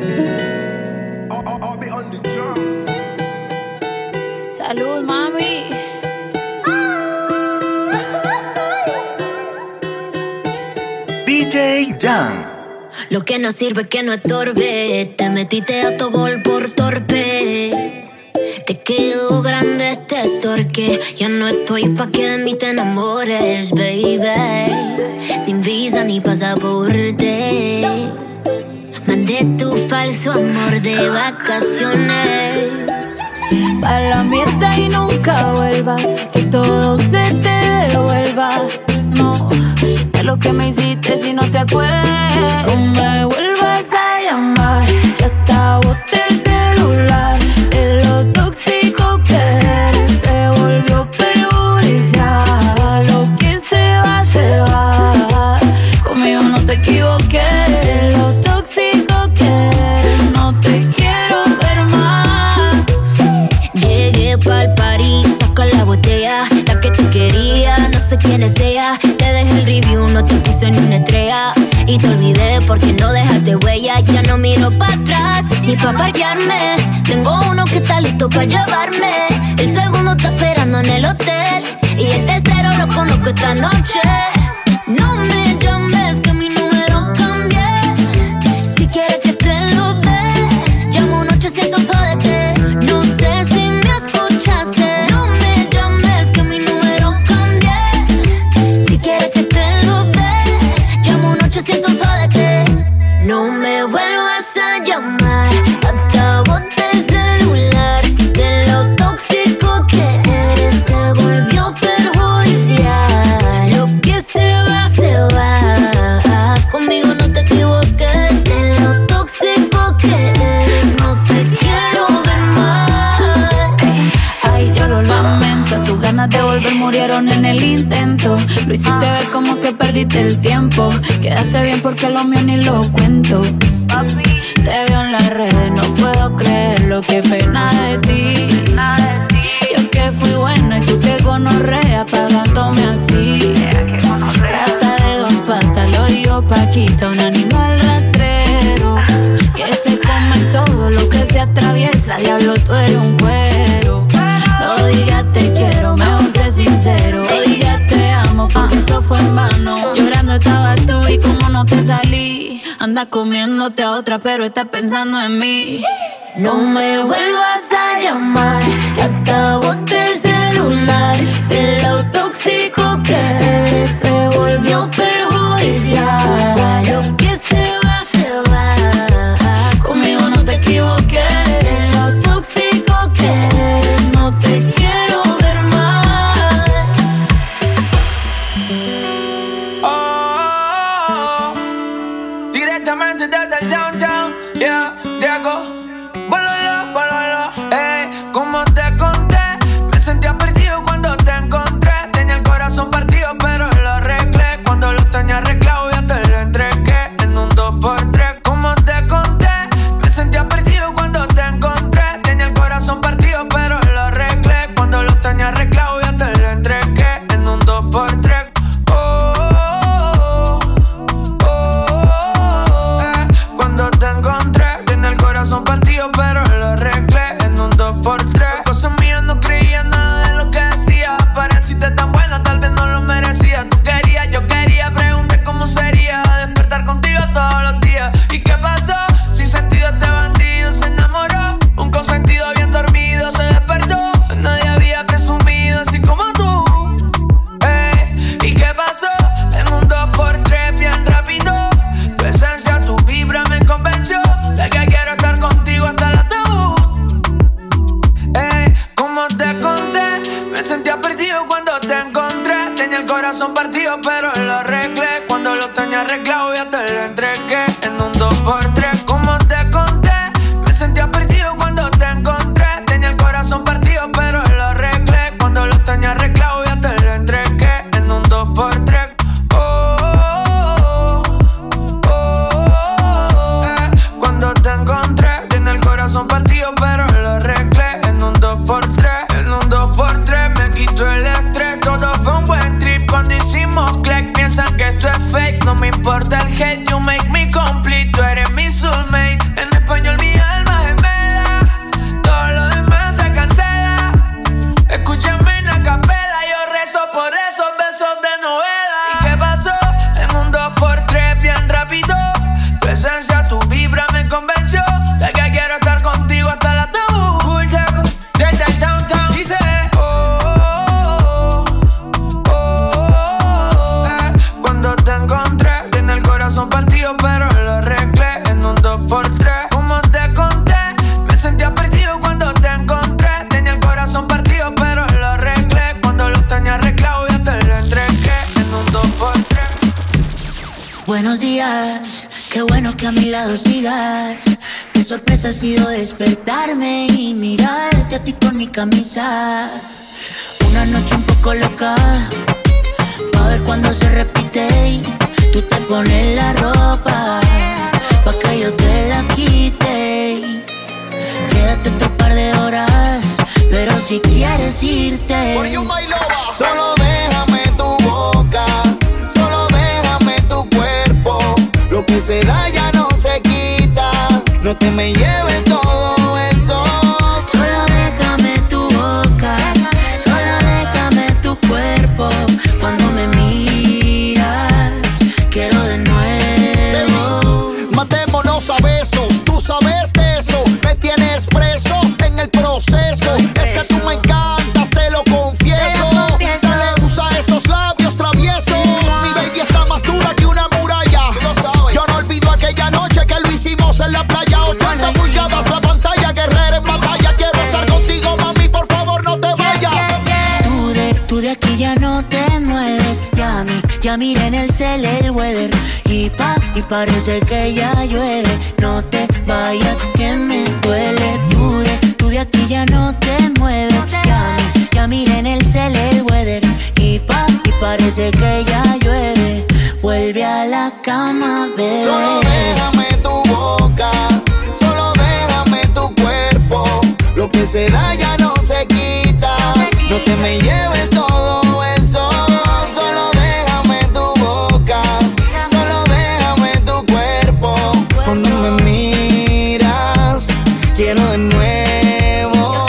I'll be on the drums. Salud, mami. DJ Jan. Lo que no sirve que no estorbe. Te metiste a tu gol por torpe. Te quedó grande este torque. Ya no estoy pa' que de mí te enamores, baby. Sin visa ni pasaporte. Mandé tu falso amor de vacaciones. Pa' la mierda y nunca vuelvas. Que todo se te devuelva. No, de lo que me hiciste si no te acuerdas. No me vuelvas a llamar, que hasta boté el celular. De lo tóxico que eres se volvió perjudicial. Lo que se va, se va. Conmigo no te equivoqué. Lo tóxico que eres, no te quiero ver más. Llegué pa'l party, saca la botella. La que te quería, no sé quién es ella. Te dejé el review, no te puse ni una estrella. Y te olvidé porque no dejaste huella. Ya no miro pa' atrás, ni pa' parquearme. Tengo uno que está listo pa' llevarme. El segundo está esperando en el hotel. Y el tercero lo conozco esta noche. No me llames que mi número cambié. Si quieres que te lo dé, llamo un 800 jódete. No sé si me escuchaste. No me llames que mi número cambié. Si quieres que te lo dé, llamo un 800 jódete. No me vuelvas a llamar, hasta boté el celular. De lo tóxico que eres se volvió perjudicial. Lo que se va, se va. Conmigo no te equivoques. De lo tóxico que eres, no te quiero ver más. Ay, yo lo lamento. Tus ganas de volver murieron en el intento. Lo hiciste ver como que perdiste el tiempo. Quedaste bien porque lo mío ni lo cuento. Te veo en las redes, no puedo creerlo. Qué pena de ti. Yo que fui buena y tú que gonorrea pagándome así. Rata de dos patas, lo digo Paquita, un animal rastrero que se come todo lo que se atraviesa. Diablo, tú eres un cuero. No digas te quiero, mejor sé sincero. No digas te amo porque eso fue en vano. Llorando estabas tú y como no te salí. Andas comiéndote a otra pero estás pensando en mí. No me vuelvas a llamar, que hasta boté el celular. De lo tóxico que eres se volvió perjudicial. Lo que se va, se va. Conmigo no te equivoqué. De lo tóxico que eres, no te quiero ver más. Oh, directamente desde el downtown, yeah, Diego. Bololo, como te conté, me sentía perdido cuando te encontré. Tenía el corazón partido, pero lo arreglé. Cuando lo tenía arreglado, ya te lo entregué en un 2x3. Como te conté, me sentía perdido cuando te encontré. Tenía el corazón partido, pero lo arreglé. Cuando lo tenía arreglado, ya te lo entregué en un 2x3. Cuando te encontré, tenía el corazón partido, pero lo arreglé en un 2x3. Por cosas mías no creía nada de lo que decía. Pareciste tan buena, tal vez no lo merecía. Tú querías, yo quería, pregunté cómo sería despertar contigo todos los días. ¿Y qué pasó? Sin sentido este bandido se enamoró. Un consentido bien dormido se despertó. Nadie había presumido así como tú. ¿Y qué pasó? En un 2x3 bien rápido. Tu esencia, tu vibra me convenció de que quiero estar contigo hasta el ataúd. Como te conté, me sentía perdido cuando te encontré. Tenía el corazón partido, pero lo arreglé. Cuando lo tenía arreglado, ya te lo entregué en un 2x3. Como te conté, me sentía perdido cuando te encontré. Tenía el corazón partido, pero lo arreglé. Cuando lo tenía arreglado, ya te lo entregué en un 2x3. Cuando te encontré, tenía el corazón partido, pero lo arreglé en un 2x3. En un 2x3 me quito el estrés. Todo fue un buen trip cuando hicimos click. Piensan que esto es fake, no me importa el hate. You make días, qué bueno que a mi lado sigas. Qué sorpresa ha sido despertarme y mirarte a ti con mi camisa. Una noche un poco loca, pa' ver cuando se repite y tú te pones la ropa, pa' que yo te la quite. Quédate otro par de horas, pero si quieres irte, solo déjame tu boca, solo déjame tu cuerpo. Lo que se da ya no se quita, no te me lleves todo eso. Solo déjame tu boca, solo déjame tu cuerpo. Cuando me miras, quiero de nuevo. Matémonos a besos, tú sabes de eso. Me tienes preso en el proceso. Es que tú me encantas, te lo confieso. Dale, usa esos labios traviesos. Mi baby está más dura que una muralla. Yo no olvido aquella noche que lo hicimos en la playa. 80 pulgadas la pantalla, guerrera en batalla. Quiero estar contigo, mami, por favor no te vayas. Tú de aquí ya no te mueves. Ya miré en el cel el weather y parece que ya llueve. No te vayas que me duele. Tú de aquí ya no te mueves. Ya miré en el cel el weather y parece que ya llueve. Vuelve a la cama, bebé. Solo déjame tu boca, solo déjame tu cuerpo. Lo que se da ya no se quita, no te me lleves todo eso. Solo déjame tu boca, solo déjame tu cuerpo. Cuando me miras, quiero de nuevo.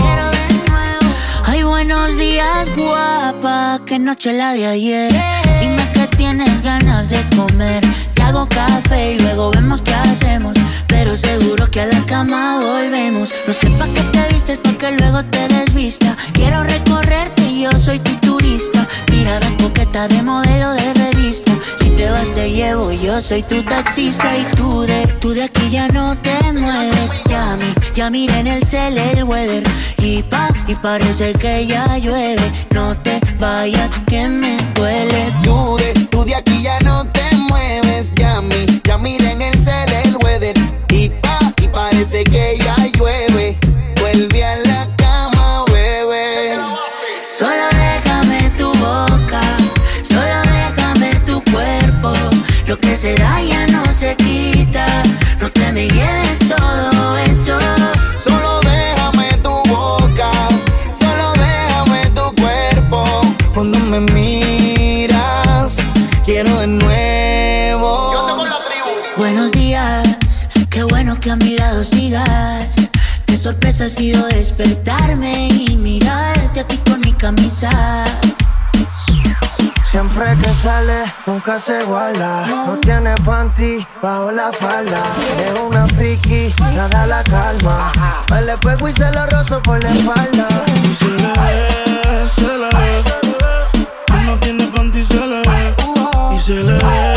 Ay, buenos días, guapa, qué noche la de ayer. Dime que tienes ganas de comer. Te hago café y luego vemos qué hacemos, pero seguro que a la cama volvemos. No sé pa' qué te vistes, pa' que luego te desvista. Quiero recorrerte y yo soy tu turista. Mirada coqueta de modelo de revista. Si te vas te llevo, yo soy tu taxista. Y tú de aquí ya no te mueves. Ya miré en el cel el weather y parece que ya llueve. No te vayas que me duele. Tú de aquí ya no te mueves, ya miré en el cel el weather y parece que ya llueve. Vuelve a la cama, bebé. Solo déjame tu boca, solo déjame tu cuerpo. Lo que se da ya no se quita, no te me lleves todo eso. Solo déjame tu boca, solo déjame tu cuerpo. Cuando me miras, quiero de nuevo. Yo ando con la tribu. Buenos días, qué bueno que a mi lado sigas. Qué sorpresa ha sido despertarme y mirarte a ti con mi camisa. Siempre que sale, nunca se iguala. No tiene panty bajo la falda. Es una friki, nada la calma. Me le pego y se lo rozo por la espalda. Y se le ve. Que no tiene panty, se le ve. Y se le ve.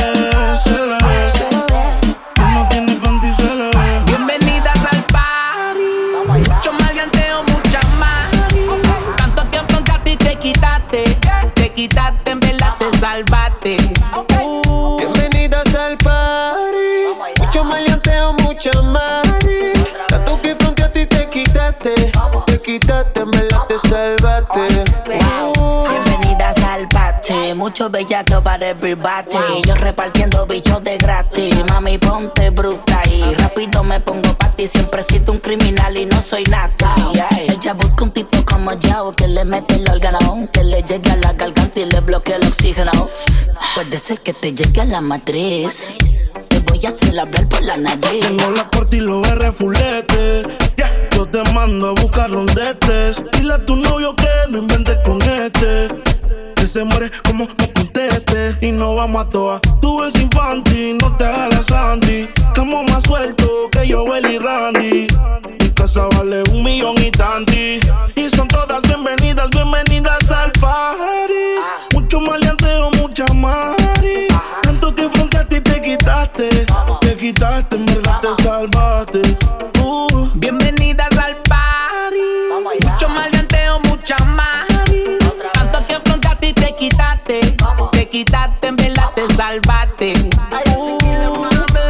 Que no tiene panty, se le ve. Bienvenidas al party. Mucho maleanteo, mucha más. Tanto que afrontaste y te quitaste, en verdad te salvaste. Bienvenidas al party. Mucho maleanteo, mucha mari. Tanto que fronteaste y te quitaste, en verdad te salvaste. Bienvenidas al party. Mucho bellaco para everybody. Yo repartiendo bichos de gratis. Mami, ponte bruta y rápido me pongo pa' ti. Siempre he sido un criminal y no soy nata. Ella busca un tipo como yo que le mete el órgano, que le llegue a la garganta y le bloquee el oxígeno. Puede ser que te llegue a la matriz. Te voy a hacer hablar por la nariz. Tengo la corte y los R fulete. Yo te mando a buscar rondetes. Dile a tu novio que no inventes con este, que se muere como no conteste. Y no vamos a toa. Tú ves infantil, no te hagas Sandy. Estamos más sueltos que Joel y Randy. Mi casa vale 1 millón y tanti. Y son todas bienvenidas al party. Mucho maleanteo, mucha mari. Tanto que fronteaste y te quitaste, en verdad te salvaste. Bienvenidas al party. Mucho maleanteo, mucha mari. Tanto que afrontaste y te quitaste, en verdad te salvaste.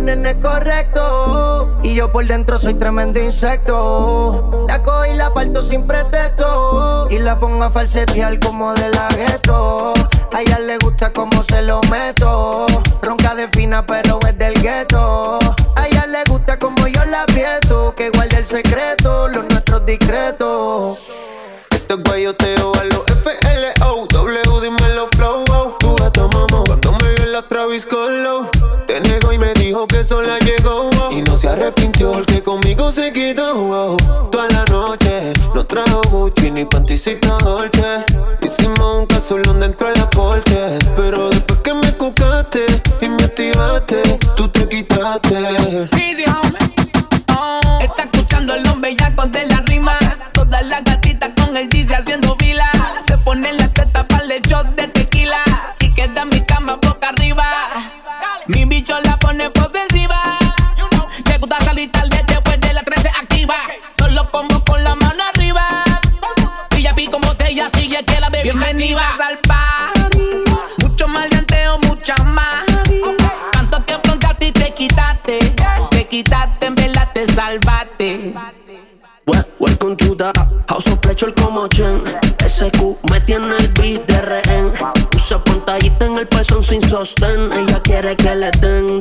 nene correcto. Y yo por dentro soy tremendo insecto. La cojo y la parto sin pretexto. Y la pongo a falsetear como de la gueto. A ella le gusta como se lo meto. Ronca de fina pero es del gueto. A ella le gusta como yo la aprieto. Que guarde el secreto, los nuestros discretos. Este guayoteo a los FLO, W, dímelo flow, wow. Tu gata mamá, cuando me vio en la Travis Colo, te negó y me dijo que sola llegó, wow. Y no se arrepintió porque conmigo se quedó, wow. Toda la noche no trajo Gucci ni panticita Dolce. Hicimos un casolón dentro de la porche. Pero después que me cucaste y me activaste, tú te quitaste. Easy, homie. Está escuchando el hombre ya con de la rima. Todas las gatitas con el DJ haciendo fila. Se ponen las tetas para el shot de tequila. Y queda mi cama boca arriba. Mi bicho la pone posesiva. Le gusta salir tarde después de las 13 activa. No lo como con la mano arriba. Y ya vi como botella sigue que la bebé. Bienvenidas al party. Mucho maleanteo, mucha más. Tanto que afrontaste y te quitaste. Te quitaste, en verdad te salvaste. Welcome to the House of Pleasure como Chen. SQ me tiene el beat de rehén. Usa pantallita en el pezón sin sostén. Ella quiere que le den.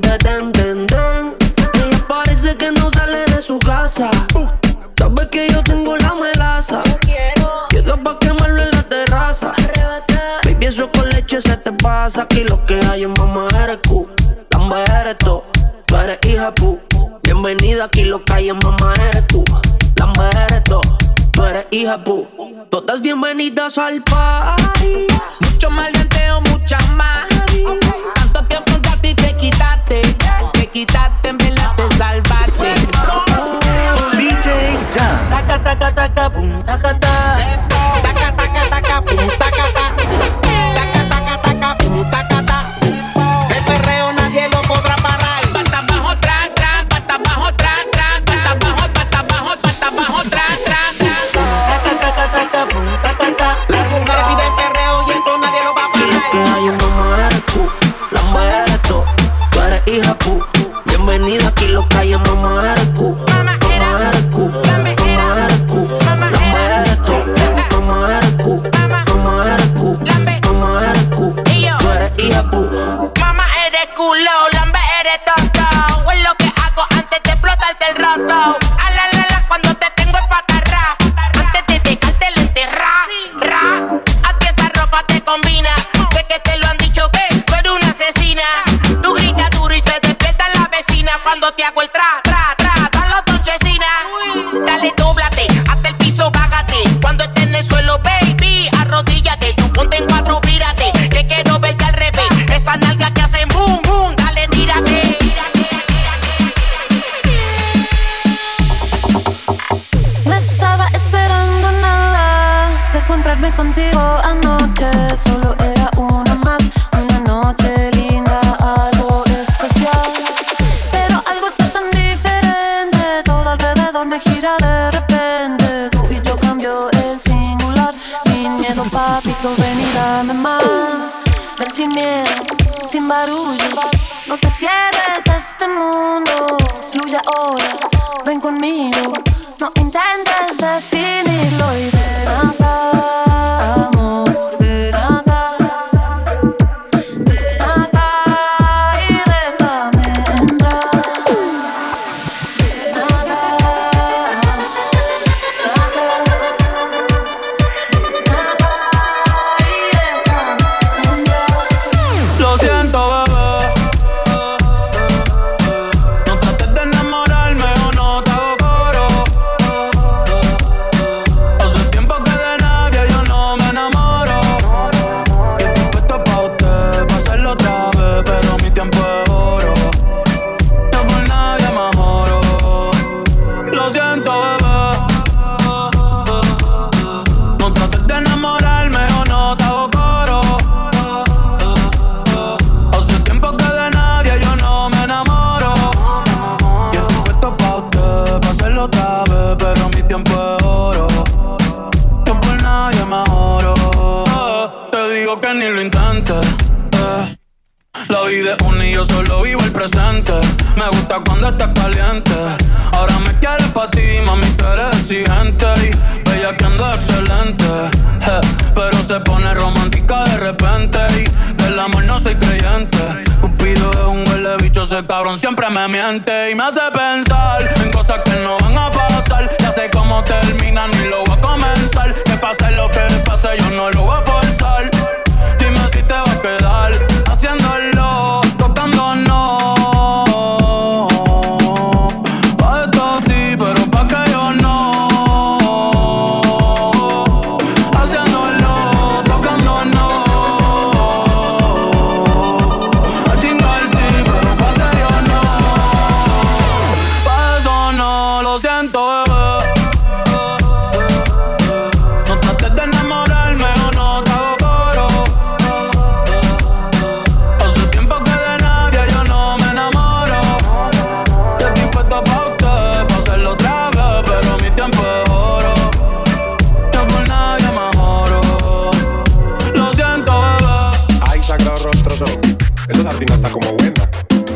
Ella parece que no sale de su casa. Sabe que yo tengo la melaza. Llega pa' quemarlo en la terraza. Baby, eso con leche se te pasa. Aquí lo que hay en mamá eres Q. Lamba eres tú. Tú eres hija pu. Bienvenida, aquí lo que hay en mamá eres tú. Lamba eres tú eres hija pu. Todas bienvenidas al party. Mucho maleanteo, mucha más. Tanto que afrontaste y te quitaste. Te quitaste, en verdad te salvaste. DJ Jan. Taca, taca, taca, pum, taca, taca. Taca, taca, taca, pum, taca, taca. Taca, taca, taca, pum, taca, taca. El perreo nadie lo podrá parar. Pata abajo, tras, tras, pata abajo, tras, tras, pata abajo, pata abajo, pata abajo, tras, tras, tras. Taca, taca, taca, pum, taca, taca. Las mujeres piden perreo y esto nadie lo va a Aquí lo que parar. hay en mamá eres tú. Lamba eres tú eres hija pu. Bienvenida, aquí lo que hay en mamá eres Q. Mamá eres Q. Mamá eres Q. Lamba eres tú. Mamá eres Q. Mamá eres Q. Mamá eres Q. Tú eres hija pu. Mamá eres culo, lambe eres toto. Es lo que hago antes de explotarte el roto. Alalala cuando te tengo en patarra. Antes de dejarte la enterra. Ra. A ti esa ropa te combina. Sé que te lo han dicho que tú eres una asesina. Tú gritas duro y se despierta la vecina cuando te hago el tra. Dale tonchecina. Dale, dóblate, hasta el piso bágate. Cuando estés en el suelo, baby, arrodíllate. Tú ponte en cuatro, vírate. Que quiero verte al revés. Esas nalgas que hacen boom, boom. Dale, tírate. No estaba esperando nada de encontrarme contigo anoche. Solo era una más, una noche linda, algo especial. Pero algo está tan diferente, todo alrededor me gira de repente. Tú y yo cambio el singular, sin miedo papito, ven y dame más. Ven sin miedo, sin barullo, no te cierres a este mundo. Fluye ahora, ven conmigo, no intentes definirlo. Y ven acá, amor, ven acá. Ven acá y déjame entrar. Ven acá, ven acá. Ven acá y déjame entrar. Lo siento, bebé. No trates de enamorarme o no te hago coro. Hace tiempo que de nadie La vida es una y yo solo vivo el presente. Me gusta cuando estás caliente. Ahora me quieres pa' ti, mami, tú eres exigente. Y bella que ando excelente. Pero se pone romántica de repente. Y del amor no soy creyente. Cupido es un huele bicho, ese cabrón siempre me miente. Y me hace pensar en cosas que no van a pasar. Ya sé cómo terminan y lo voy a comenzar. Que pase lo que pase, yo no lo voy a forzar. Dime si te va a quedar haciéndolo, tocándonos. Pa' esto sí, pero pa' que yo no. Haciéndolo, tocándonos. A chingar sí, pero pa' ser yo no. Pa' eso no, lo siento, bebé. No trates de enamorarme o no te hago coro. Hace tiempo que de nadie yo no me enamoro. Yo estoy puesto pa' usted, pa' hacerlo otra vez, pero mi tiempo es oro. Yo con nadie me joro. Lo siento, bebé. Ay, sagrado rostro son. Esta sardina está como buena.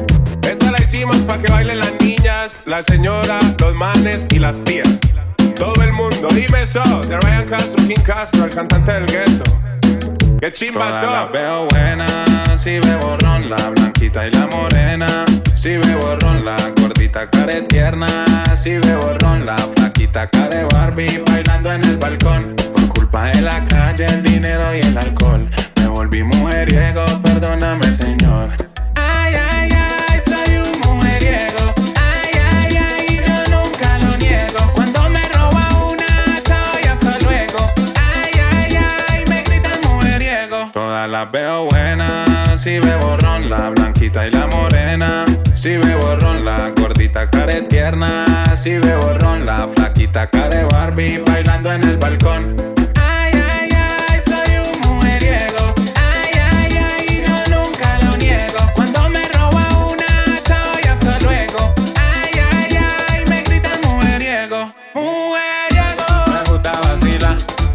Esta la hicimos pa' que bailen las niñas, la señora, los manes y las tías. Todo el mundo, dime eso. De Ryan Castro, King Castro, el cantante del gueto. Qué chimba Todas eso. las veo buenas, si bebo ron, la blanquita y la morena. Si bebo ron, la gordita care tierna. Si bebo ron, la flaquita care Barbie, bailando en el balcón. Por culpa de la calle, el dinero y el alcohol, me volví mujeriego, perdóname, señor. Ay, ay, ay, soy un mujeriego. Ay, ay, ay, yo nunca lo niego. Cuando me roba una, chao y hasta luego. Ay, ay, ay, me gritan mujeriego. Todas las veo buenas, si bebo ron, la blanquita y la morena. Si bebo ron, la gordita care tierna. Si bebo ron, la flaquita care Barbie, bailando en el balcón. Ay, ay, ay, soy un mujeriego. Ay, ay, ay, yo nunca lo niego. Cuando me roba una, chao y hasta luego. Ay, ay, ay, me gritan mujeriego. Mujeriego. Me gusta vacilar.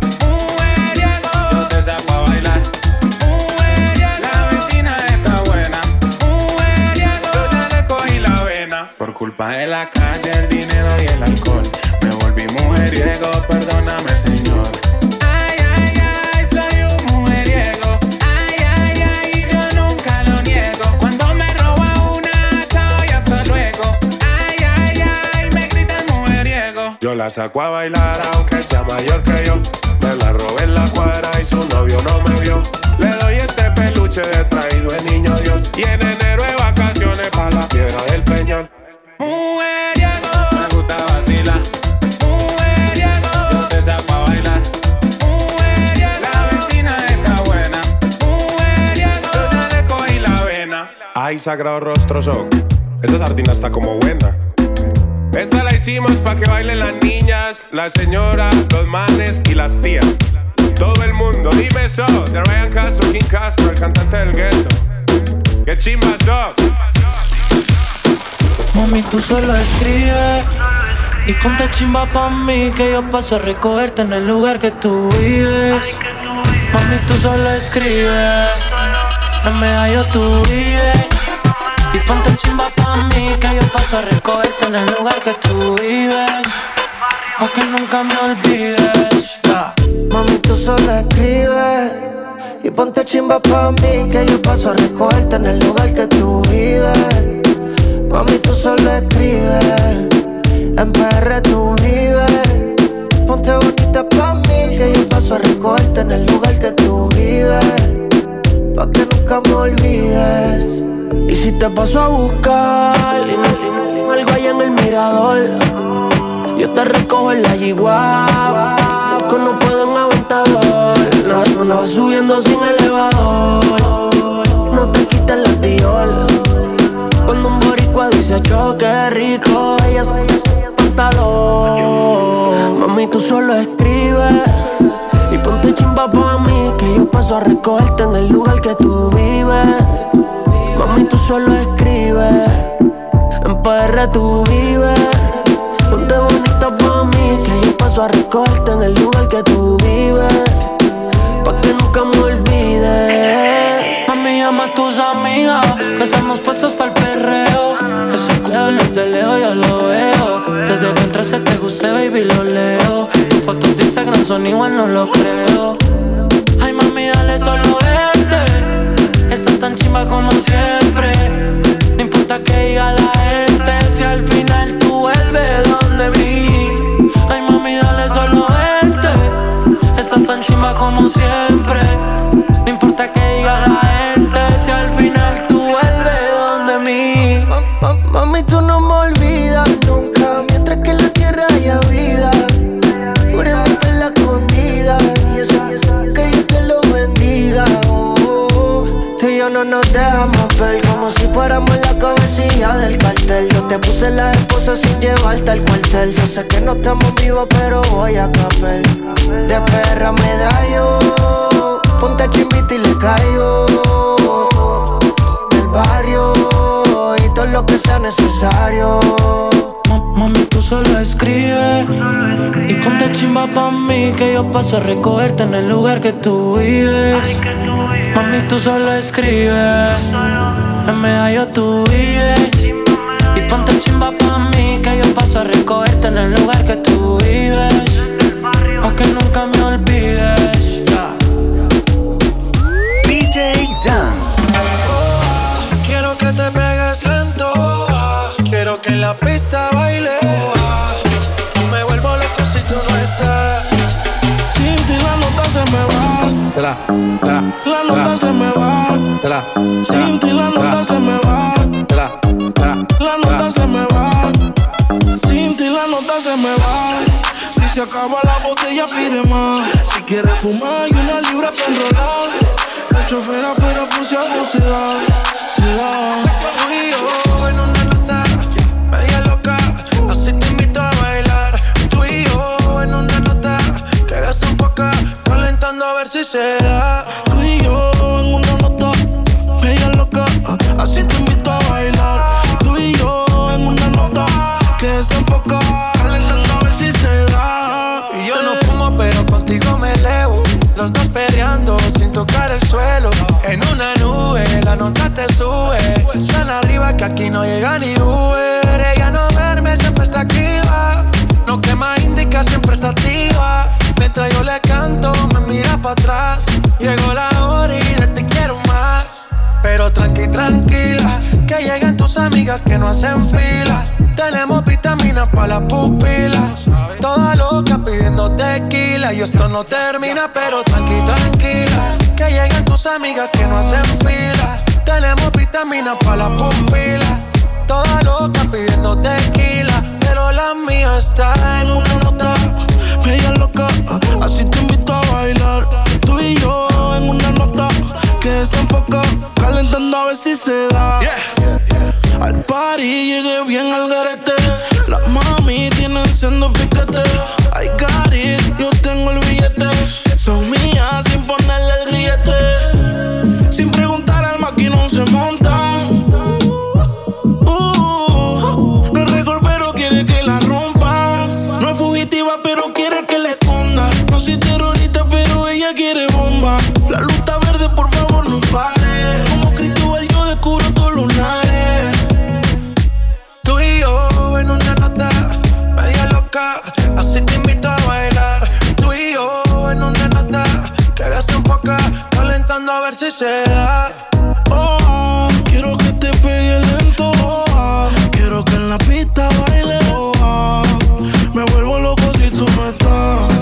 Mujeriego. Yo te saco a bailar. Mujeriego. La vecina está buena. Mujeriego. Yo ya le cogí la vena. Por culpa de la calle, el dinero y el alcohol, me volví mujeriego, perdóname, señor. Ay, ay, ay, soy un mujeriego. Ay, ay, ay, yo nunca lo niego. Cuando me roba una, chao y hasta luego. Ay, ay, ay, me gritan mujeriego. Yo la saco a bailar aunque sea mayor que yo. Me la robé en la cuadra y su novio no me vio. Le doy este peluche de traído el niño Dios. Y en enero de vacaciones pa' la piedra del Peñol. Mujeriego. Me gusta vacilar. Mujeriego. Yo te saco a bailar. Mujeriego. La vecina está buena. Mujeriego. Yo ya le cogí la vena. Ay, sagrado rostro son. Esta sardina está como buena. Esta la hicimos pa' que bailen las niñas, la señora, los manes y las tías. Todo el mundo, dime eso. De Ryan Castro, King Castro, el cantante del gueto. Qué chimba sos. Mami, tú solo escribes y ponte chimba pa' mí, que yo paso a recogerte en el lugar que tú vives. Mami, tú solo escribes, en medallo tú vives. Y ponte chimba pa' mí, que yo paso a recogerte en el lugar que tú vives, pa' que nunca me olvides. Mami, tú solo escribes y ponte chimba pa' mí, que yo paso a recogerte en el lugar que tú vives. Mami, tú solo escribes, en PR tú vives. Ponte bonita pa' mí, que yo paso a recogerte en el lugar que tú vives, pa' que nunca me olvides. Y si te paso a buscar algo allá en el mirador, yo te recojo en la yigua, que no puedo en aventador. No vas subiendo sin elevador, no te quites la tiola. Cuando un boricua dice choque rico, ella se pantalón. Mami, tú solo escribes y ponte chimba pa' mí, que yo paso a recogerte en el lugar que tú vives. Mami, tú solo escribes, en PR tú vives. Ponte bonita pa' mí, que yo paso a recogerte en el lugar que tú vives, pa' que nunca me olvides. Mami, llama a tus amigas, que estamos puestos para el perreo. Eso que hablas de lejos yo lo veo. Desde que entraste te gusté, baby, lo leo. Tus fotos de Instagram son igual, no lo creo. Ay, mami, dale solo verte. Estás tan chimba como siempre. No importa que diga la gente, si al final tú vuelves donde vi. Ay, mami, dale solo verte. Estás tan chimba como siempre. No importa que diga la gente, si al final tú vuelves donde mí. Mami, tú no me olvidas nunca, mientras que en la tierra haya vida. Juremos que la escondida, y eso que Dios te lo bendiga. Tú y yo no nos dejamos ver, como si fuéramos la cabecilla del cartel. Yo te puse la esposa sin llevarte al cuartel. Yo sé que no estamos vivos, pero voy a caper. De perra me da yo, ponte chimbita y le caigo. Del barrio y todo lo que sea necesario. Mami, tú solo escribes y ponte chimba pa' mí, que yo paso a recogerte en el lugar que tú vives. Mami, tú solo escribes, en Medallo tú vives. Y ponte chimba pa' mí, que yo paso a recogerte en el lugar que tú vives, pa' que nunca me olvides. DJ Jan. Quiero que te pegues lento. Quiero que en la pista baile. Me vuelvo loco si tú no estás. Sin ti la nota se me va. La nota se me va. Sin ti la nota se me va. La nota se me va. Sin ti la nota se me va. Si se acaba la botella pide más. Si quieres fumar y una libra para enrolar. El chofer afuera por si algo se da. Tú y yo en una nota media loca, así te invito a bailar. Tú y yo en una nota que desenfoca, calentando a ver si se da. Tú y yo en una nota media loca, así te invito a bailar. Tú y yo en una nota que desenfoca, calentando a ver si se da. Y yo no fumo pero contigo me elevo. Los dos perreando sin tocar el suelo. En una nube la nota te sube. Tan arriba que aquí no llega ni Uber. Ella no verme siempre está activa. No quema indica, siempre está activa. Mientras yo le canto me mira para atrás. Llegó la hora y de ti quiero más. Pero tranquila, que lleguen tus amigas que no hacen fila. Tenemos vitaminas para las pupilas. Toda loca pidiendo tequila. Y esto no termina, pero tranquila, que lleguen tus amigas que no hacen fila. Tenemos vitaminas para las pupilas. Toda loca pidiendo tequila. Pero la mía está en una nota media loca, así te invito a bailar. Tú y yo en una nota que desenfoca, calentando a ver si se da. Al party llegué bien al garete. Las mami tienen siendo piquete. I got it, yo tengo el billete. Son mías sin ponerle el grillete. Sin preguntar al maquinón se montan. No es récord pero quiere que la rompa. No es fugitiva pero quiere que la esconda. No soy terrorista pero ella quiere bomba. La luz está verde, por favor no pare. Como Cristóbal yo descubro todos los lunares. Tú y yo en una nota media loca, así te invito a bailar. Tú y yo en una nota que desenfoca, calentando a ver si se da. Oh, quiero que te pegue lento. Oh, quiero que en la pista baile. Oh, me vuelvo loco si tú no estás.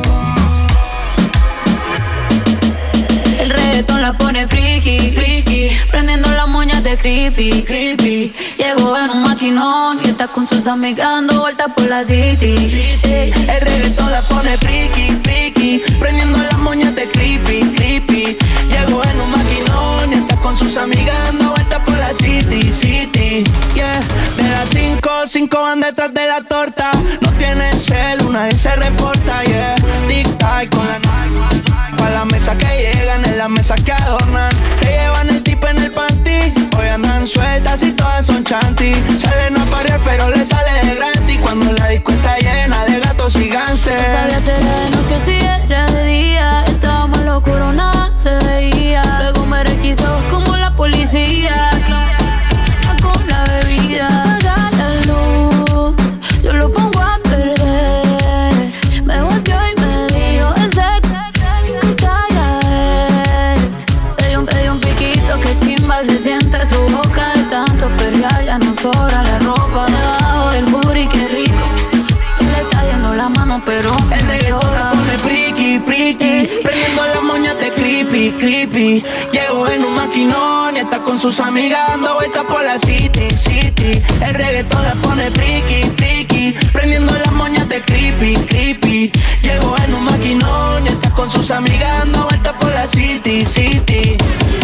El reggaetón la pone friki, prendiendo las moñas de creepy. Llegó en un maquinón y está con sus amigas dando vueltas por la city. El reggaetón la pone friki, prendiendo las moñas de creepy. Llegó en un maquinón y está con sus amigas dando vueltas por la city. Yeah, de las 5 van detrás de la torta. No tienen cel, nadie se reporta. Yeah, tic-tac con la pa' la mesa que llegan, en la mesa que adornan. Se llevan el tipo en el panty. Hoy andan sueltas y todas son chanty. Salen a parir pero le sale de gratis. Cuando la disco está llena de gatos y gánster. No sabía si era de noche o si era de día. Estábamos locos, nada se veía. Luego me requisó como la policía con la bebida. Apaga la luz, yo lo pongo a perder. Me volteó y me dijo ese que talla es. Pedí un piquito, que chimba se siente su boca de tanto perrear. Ya no sobra la ropa debajo del booty, qué rico. Le está yendo la mano pero el reggaetón la pone friki, friki, prendiendo las moñas de creepy, creepy. Llegó en un maquinón y está con sus amigas dando vueltas por la city, city. El reggaetón la pone friki, friki, prendiendo las moñas de creepy, creepy. Llegó en un maquinón y está con sus amigas dando vueltas por la city, city.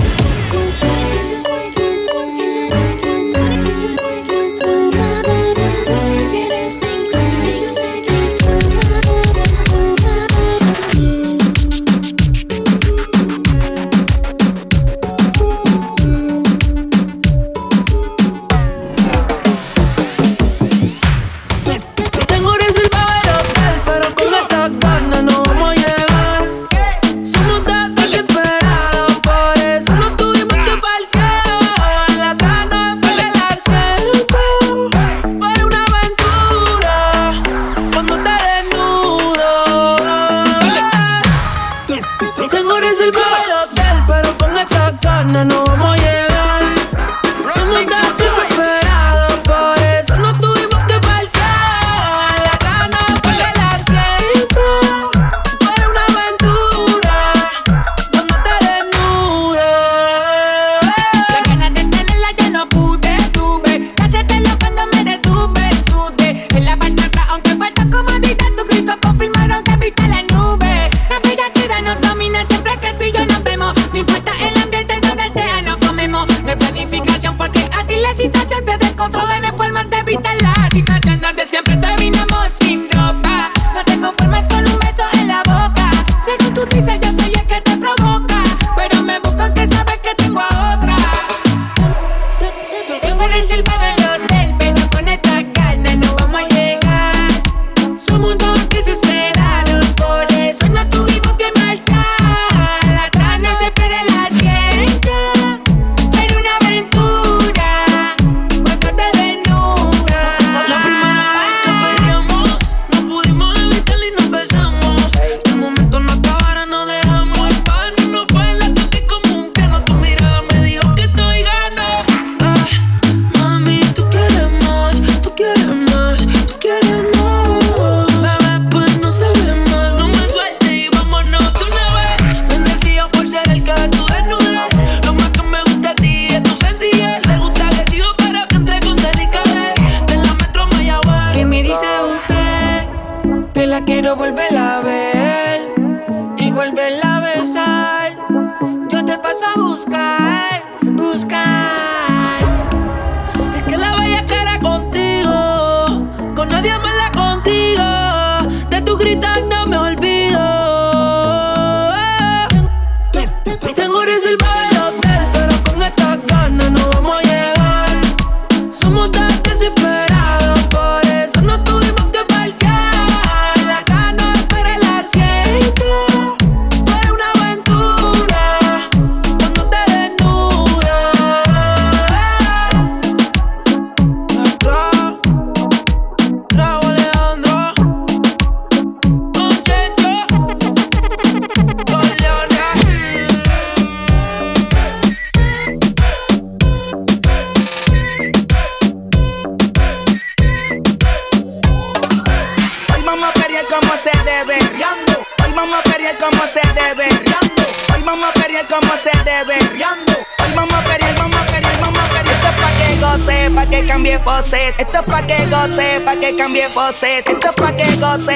Esto es pa' que goce, pa' que cambie pose. Esto es pa' que goce,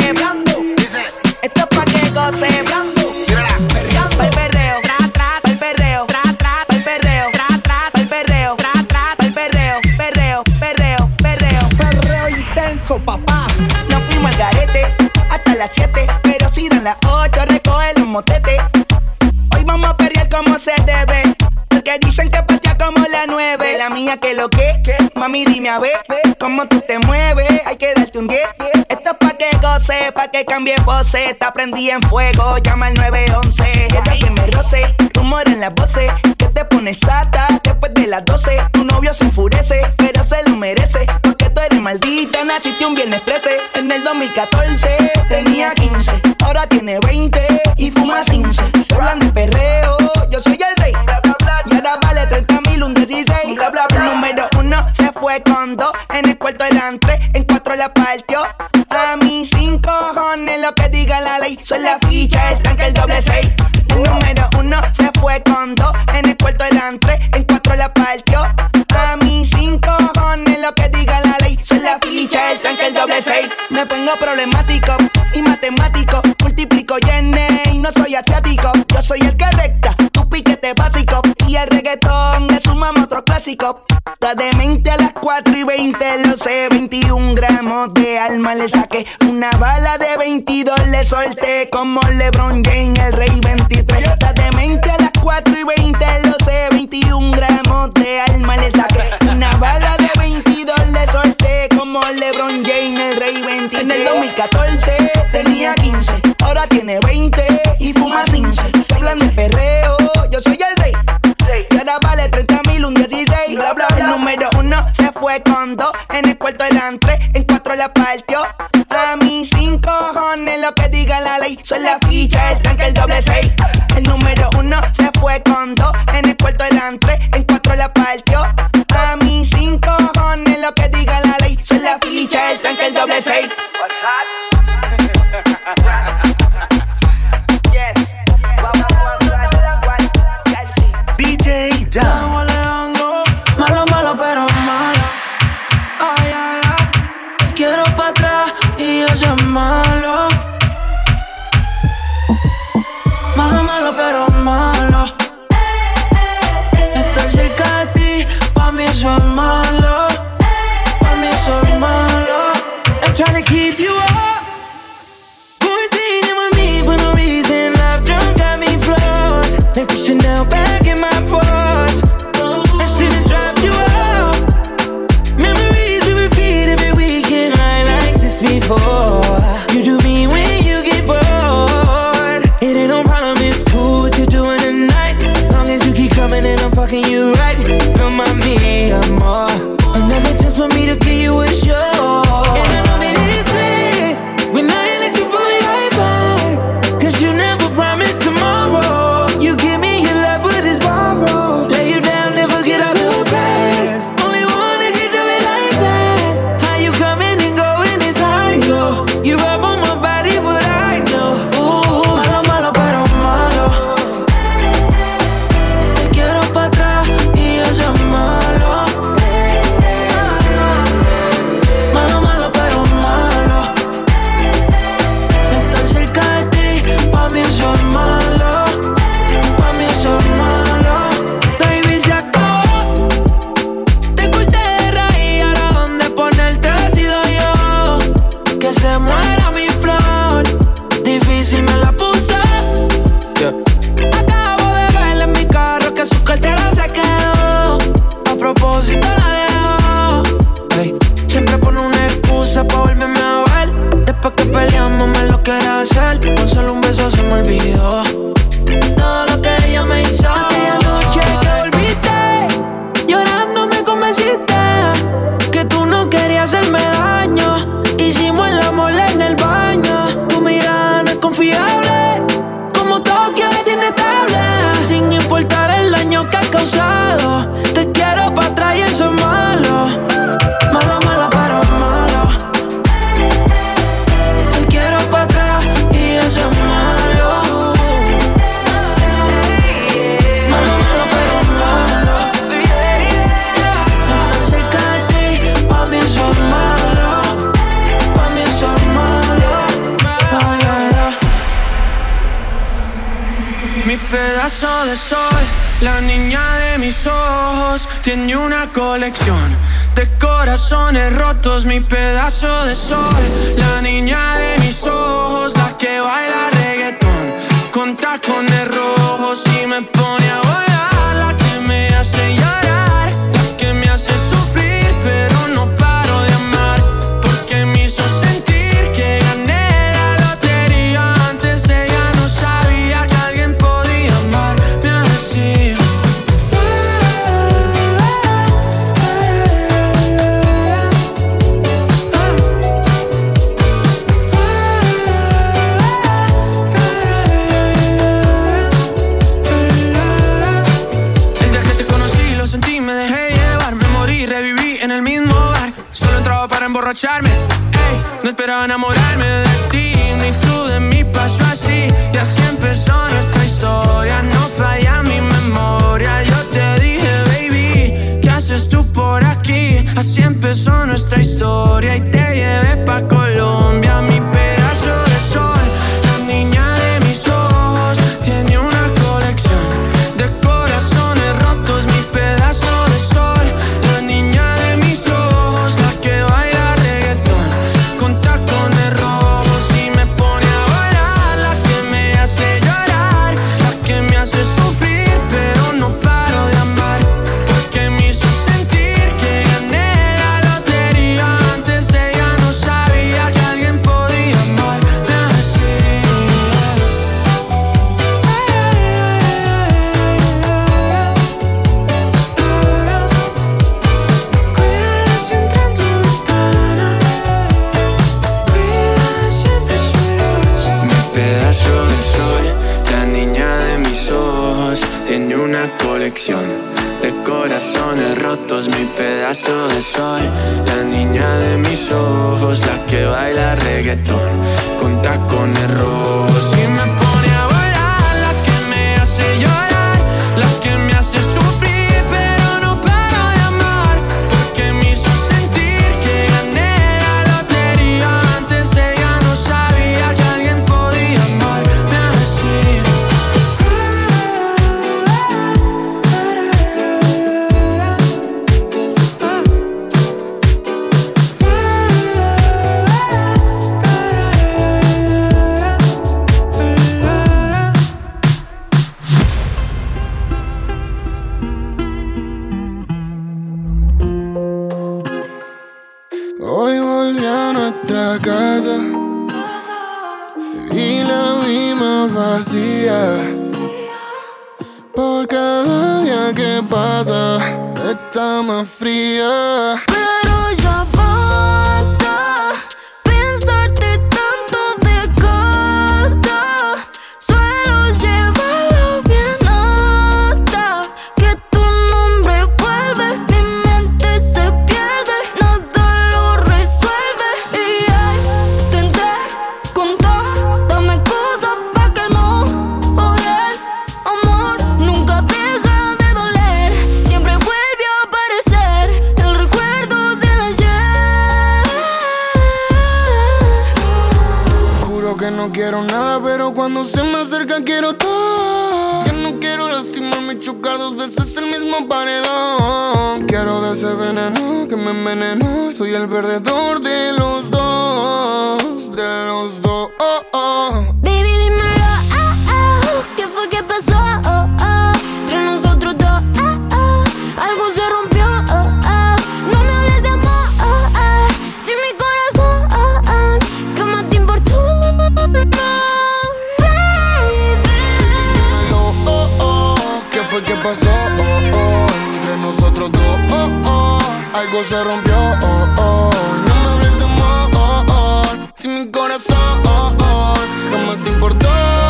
esto es pa' que goce, pa'l perreo, pa'l perreo, pa'l perreo, pa'l perreo, pa'l perreo, perreo intenso, papá. Nos fuimos al garete hasta las 7, pero si dan las 8 recoge los motetes. Hoy vamos a perrear como se debe, porque dicen que patea como la 9. La mía que lo que, mami dime a ver cómo tú te mueves. Hay que darte un 10. Esto es pa' que goce, pa' que cambie voces. Te prendí en fuego, llama al 911. Ella que me roce, rumor en las voces. Que te pones sata después de las 12. Tu novio se enfurece, pero se lo merece. Porque tú eres maldita, naciste un viernes 13. En el 2014 tenía 15, ahora tiene 20 y fuma 15. Se hablan de perreo, yo soy el rey. Y ahora vale 30,000, un 16. Bla, bla, bla. El número 1 se fue con 2. En el cuarto eran 3, en 4 la partió. A mí 5 cojones lo que diga la ley. Soy la ficha, el tranque, el doble 6. El número 1 se fue con 2. En el cuarto eran 3, en 4 la partió. A mí 5 cojones lo que diga la ley. Soy la ficha, el tranque, el doble 6. Me pongo problemático y matemático. Multiplico y no soy asiático. Yo soy el que recta, tu piquete básico. Y el reggaetón le sumamos otro clásico. Está demente a las 4:20, lo sé. 21 gramos de alma le saqué. Una bala de 22 le solté. Como LeBron James, el rey 23. Está demente a las 4:20, lo sé. 21 gramos de alma le saqué. Una bala de 22 le solté. Como LeBron James, el rey 23. En el 2014 tenía 15, ahora tiene 20 y fuma 15. Se hablan de perreo, yo soy el rey. Y ahora vale 30,000, un 16. Bla, bla, bla. El número 1 se fue con 2. En el cuarto eran 3, en 4 la partió. A mí 5 cojones lo que diga la ley. Soy la ficha, el tranque, el doble 6. El número 1 se fue con 2. En el cuarto eran 3, en 4 la partió. A mí 5 cojones lo que diga la ley. Soy la ficha, el tranque, el doble 6. Yes. DJ Jam. Estamos alejando, malo, malo, pero malo. Ay, ay, ay. Te quiero pa' atrás y eso es malo. Malo, malo, pero malo. Estar cerca de ti, pa' mí eso es malo. Pa' mí eso es malo. I'm trying to keep you up. Quarantining with me for no reason. Love drunk got me flawed. Like Chanel back in my pores. I should've dropped you off. Memories we repeat every weekend. I like this before. You do me when you get bored. It ain't no problem, it's cool what you're doing tonight. Long as you keep coming and I'm fucking you right. No mami, amor. Another chance for me to give you a show. And I know that it's me when I let you pull it right back. Cause you never promised tomorrow. You give me your love but it's borrowed. Lay you down, never get out of the past. Only one that can do it like that. How you coming and going is how you go. You rub on my body but I know. Ooh, malo, malo, pero malo. Te quiero pa' atrás y eso es malo. Malo, malo, pero malo. Estar cerca de ti, pa' mí eso es malo. Pa' mí eso es malo. Baby, se acabó. Te corté de raíz, ahora dónde ponerte decido yo. Que se muera mi flor. Difícil me la puse. Acabo de verle en mi carro que su cartera se quedó. A propósito la dejó. Ey, siempre pone una excusa pa' volverme a ver. Después que peleamos me lo quiere hacer. Con solo un beso se me olvidó todo lo que ella me hizo. Aquella noche que volviste, llorando me convenciste que tú no querías hacerme daño. Hicimos el amor en el baño. Tu mirada no es confiable, como Tokio me tiene estable. Sin importar el daño que has causado, te quiero pa' atrás y eso es malo. Malo, malo, pero malo. Te quiero pa' atrás y eso es malo. Malo, malo, pero malo. Estar cerca de ti, pa' mí eso es malo. Pa' mí eso es malo. Ay, ay, ay. Mi pedazo de sol, la niña de mis ojos, tiene una colección de corazones rotos. Mi pedazo de sol, la niña de mis ojos, la que baila reggaetón con tacones rojos y me pone a bailar. La que me hace llorar, la que me hace sufrir, pero no paro de amar, porque me hizo sentir que gané Solo entraba para emborracharme. Ey, no esperaba enamorarme de ti, ni tú de mí. Pasó así y así empezó nuestra historia. No falla mi memoria. Yo te dije, baby, ¿qué haces tú por aquí? Así empezó nuestra historia y te llevé pa' Colombia, mi pedazo de sol. La niña de mis ojos tiene una colección de corazones rotos, mi pedazo de sol. La niña de mis ojos, la que baila reggaetón con tacones rojos y me pone a volar. La que me hace llorar, la que me hace sufrir, pero no paro de amar, porque me hizo sentir que gané la lotería. Antes ella no sabía que alguien podía amarme así. Cuida siempre tu ventana, cuida siempre su luz. Mi pedazo de sol, la niña de mis ojos, tiene una colección de corazones rotos, mi pedazo de sol. La niña de mis ojos, la que baila reggaetón con tacones rojos y me pone a volar. La que me hace llorar, la que me hace sufrir, pero no paro de amar, porque me hizo sentir que gané la lotería. Antes ella no sabía que alguien podía amarme así. Hoy volví a nuestra casa y la vimos vacía. Por cada día que pasa está más fría. Pero ya basta pensarte tanto de gata. Suelo llevarlo bien alta, que tu nombre vuelve, mi mente se pierde, nada lo resuelve. Y ay, tenté con dame cosas pa' que no odie. Amor nunca deja de doler, siempre vuelve a aparecer el recuerdo del ayer. Juro que no quiero nada, pero cuando se me acerca quiero todo. Que no quiero lastimarme y chocar dos veces el mismo paredón. Quiero de ese veneno que me envenenó. Soy el perdedor de los dos, de los dos. Baby, dímelo, ¿qué fue que pasó? Entre nosotros dos, algo se rompió. No me hables de amor, sin mi corazón, ¿qué más te importó? ¿Qué fue que pasó? Entre nosotros dos, algo se rompió. No me hables de amor, sin mi corazón, jamás te importó.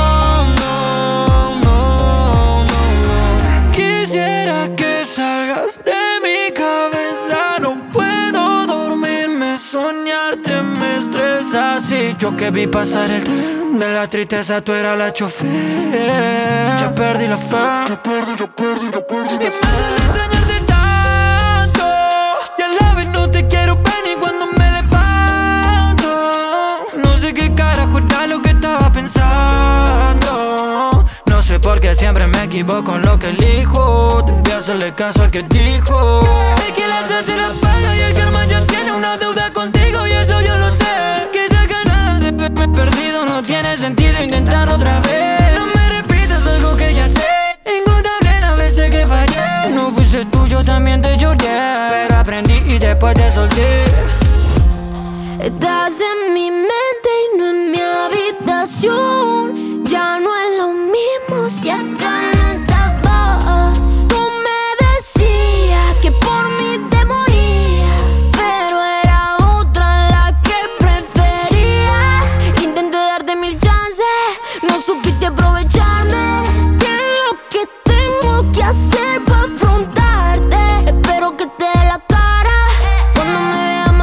Quisiera que salgas de mi cabeza, no puedo dormirme, soñarte me estresa. Si yo que vi pasar el tren de la tristeza, tú eras la chofer. Ya perdí la fe, y me duele extrañarte tanto, y a la vez no te quiero ver ni cuando me levanto. No sé qué carajo era lo que estaba pensando. No sé por qué siempre me equivoco en lo que elijo. Debí hacerle caso al que dijo. Es que la sed se la paga y el karma ya tiene una deuda contigo, y eso yo lo sé. Que ya ganas de verme perdido, no tiene sentido intentar otra vez. No me repitas algo que ya sé. Ingotable las veces que fallé. No fuiste tú, yo también te lloré, pero aprendí y después te solté. Estás en mi mente y no en mi habitación. Ya no es lo mismo si acá no estaba. Tú me decías que por mí te moría, pero era otra la que prefería. Intenté darte 1000 chances, no supiste aprovecharme. ¿Qué es lo que tengo que hacer para afrontarte? Espero que te dé la cara cuando me veas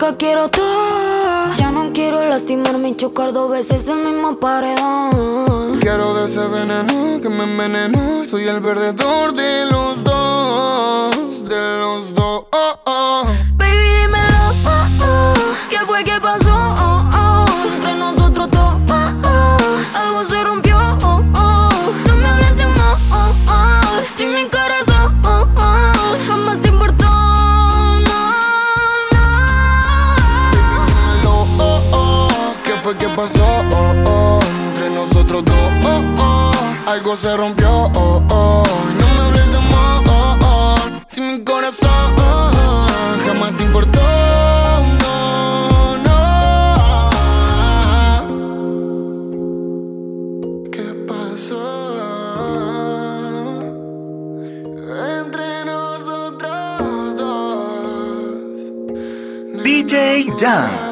cerca quiero todo. Ya no quiero lastimarme y chocar 2 veces el mismo paredón. Quiero de ese veneno que me envenenó. Soy el perdedor de los dos, de los dos. Baby, dímelo, ¿qué fue que pasó? Entre nosotros dos, algo se rompió. No me hables de amor, sin mi corazón jamás te importó. ¿Qué fue que pasó? Entre nosotros dos, algo se rompió. No me hables de amor, si mi corazón jamás te importó. No, no. ¿Qué pasó entre nosotros dos? DJ Jan.